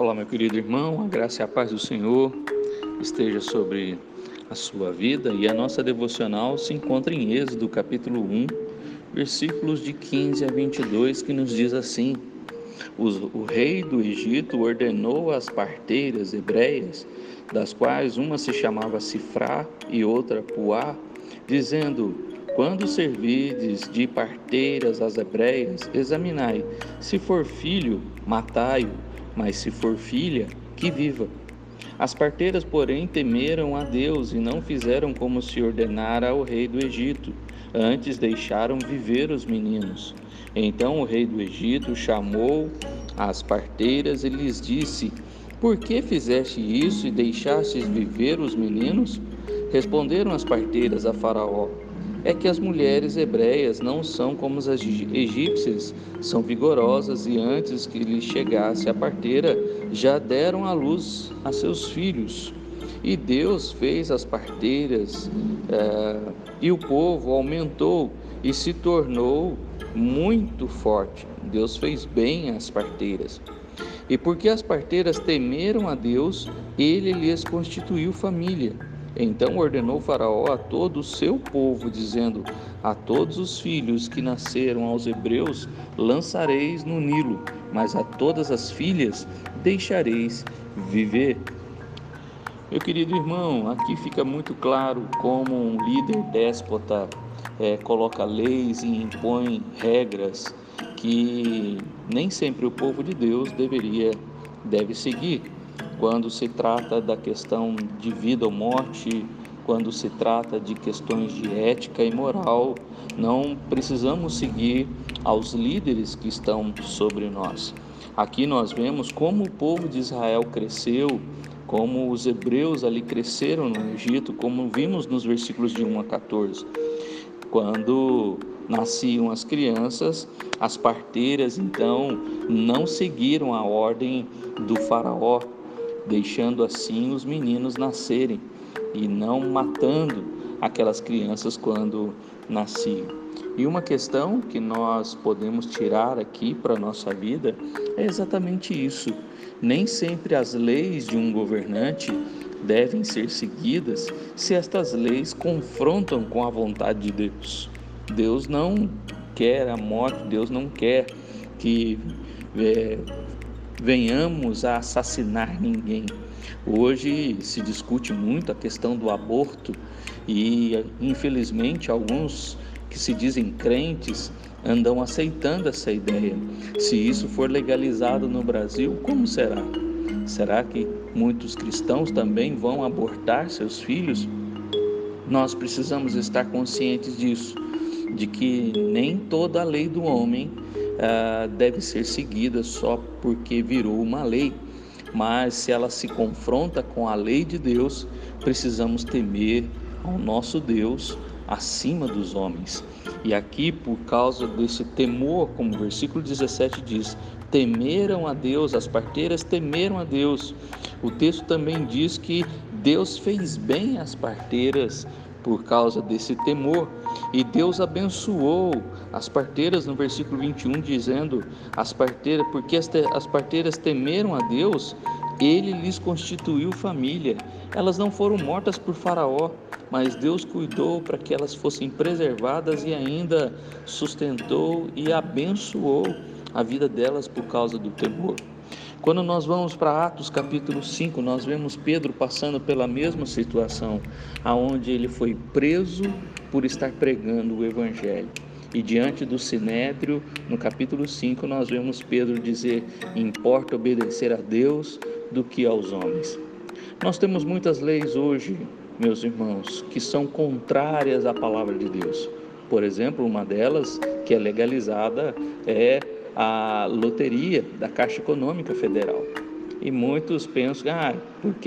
Olá, meu querido irmão, a graça e a paz do Senhor esteja sobre a sua vida, e a nossa devocional se encontra em Êxodo capítulo 1, versículos de 15 a 22, que nos diz assim: o rei do Egito ordenou às parteiras hebreias, das quais uma se chamava Sifrá e outra Puá, dizendo: quando servirdes de parteiras às hebreias, examinai, se for filho, matai-o, mas se for filha, que viva. As parteiras, porém, temeram a Deus e não fizeram como se ordenara ao rei do Egito, antes deixaram viver os meninos. Então o rei do Egito chamou as parteiras e lhes disse: por que fizeste isso e deixastes viver os meninos? Responderam as parteiras a Faraó: é que as mulheres hebreias não são como as egípcias, são vigorosas, e antes que lhes chegasse a parteira, já deram à luz a seus filhos. E Deus fez as parteiras, e o povo aumentou e se tornou muito forte. Deus fez bem às parteiras. E porque as parteiras temeram a Deus, ele lhes constituiu família. Então ordenou Faraó a todo o seu povo, dizendo: a todos os filhos que nasceram aos hebreus lançareis no Nilo, mas a todas as filhas deixareis viver. Meu querido irmão, aqui fica muito claro como um líder déspota coloca leis e impõe regras que nem sempre o povo de Deus deve seguir. Quando se trata da questão de vida ou morte, quando se trata de questões de ética e moral, não precisamos seguir aos líderes que estão sobre nós. Aqui nós vemos como o povo de Israel cresceu, como os hebreus ali cresceram no Egito, como vimos nos versículos de 1 a 14. Quando nasciam as crianças, as parteiras então não seguiram a ordem do faraó, deixando assim os meninos nascerem e não matando aquelas crianças quando nasciam. E uma questão que nós podemos tirar aqui para a nossa vida é exatamente isso. Nem sempre as leis de um governante devem ser seguidas se estas leis confrontam com a vontade de Deus. Deus não quer a morte, Deus não quer que venhamos a assassinar ninguém. Hoje se discute muito a questão do aborto e, infelizmente, alguns que se dizem crentes andam aceitando essa ideia. Se isso for legalizado no Brasil, como será? Será que muitos cristãos também vão abortar seus filhos? Nós precisamos estar conscientes disso, de que nem toda a lei do homem deve ser seguida só porque virou uma lei, mas se ela se confronta com a lei de Deus, precisamos temer ao nosso Deus acima dos homens. E aqui, por causa desse temor, como o versículo 17 diz, temeram a Deus, as parteiras temeram a Deus. O texto também diz que Deus fez bem às parteiras por causa desse temor, e Deus abençoou as parteiras no versículo 21, dizendo: porque as parteiras temeram a Deus, ele lhes constituiu família. Elas não foram mortas por Faraó, mas Deus cuidou para que elas fossem preservadas e ainda sustentou e abençoou a vida delas por causa do temor. Quando nós vamos para Atos capítulo 5, nós vemos Pedro passando pela mesma situação, aonde ele foi preso por estar pregando o Evangelho. E diante do Sinédrio, no capítulo 5, nós vemos Pedro dizer: importa obedecer a Deus do que aos homens. Nós temos muitas leis hoje, meus irmãos, que são contrárias à palavra de Deus. Por exemplo, uma delas que é legalizada é a loteria da Caixa Econômica Federal. E muitos pensam: porque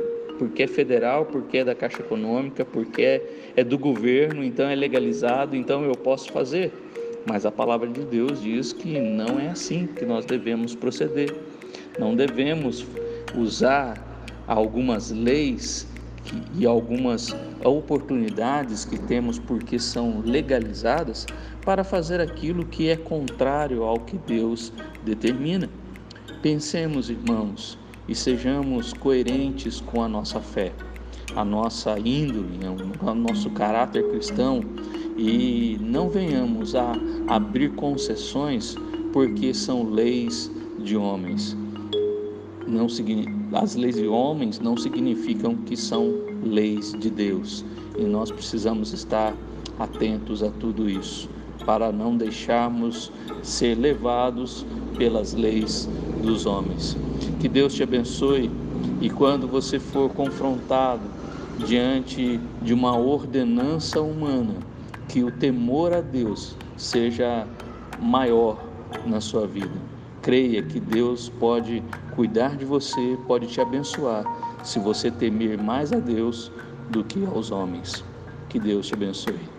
é federal, porque é da Caixa Econômica, porque é do governo, então é legalizado, então eu posso fazer. Mas a palavra de Deus diz que não é assim que nós devemos proceder. Não devemos usar algumas leis e algumas oportunidades que temos porque são legalizadas para fazer aquilo que é contrário ao que Deus determina. Pensemos, irmãos, e sejamos coerentes com a nossa fé, a nossa índole, o nosso caráter cristão, e não venhamos a abrir concessões porque são leis de homens. As leis de homens não significam que são leis de Deus, e nós precisamos estar atentos a tudo isso, para não deixarmos ser levados pelas leis dos homens. Que Deus te abençoe, e quando você for confrontado diante de uma ordenança humana, que o temor a Deus seja maior na sua vida. Creia que Deus pode cuidar de você, pode te abençoar, se você temer mais a Deus do que aos homens. Que Deus te abençoe.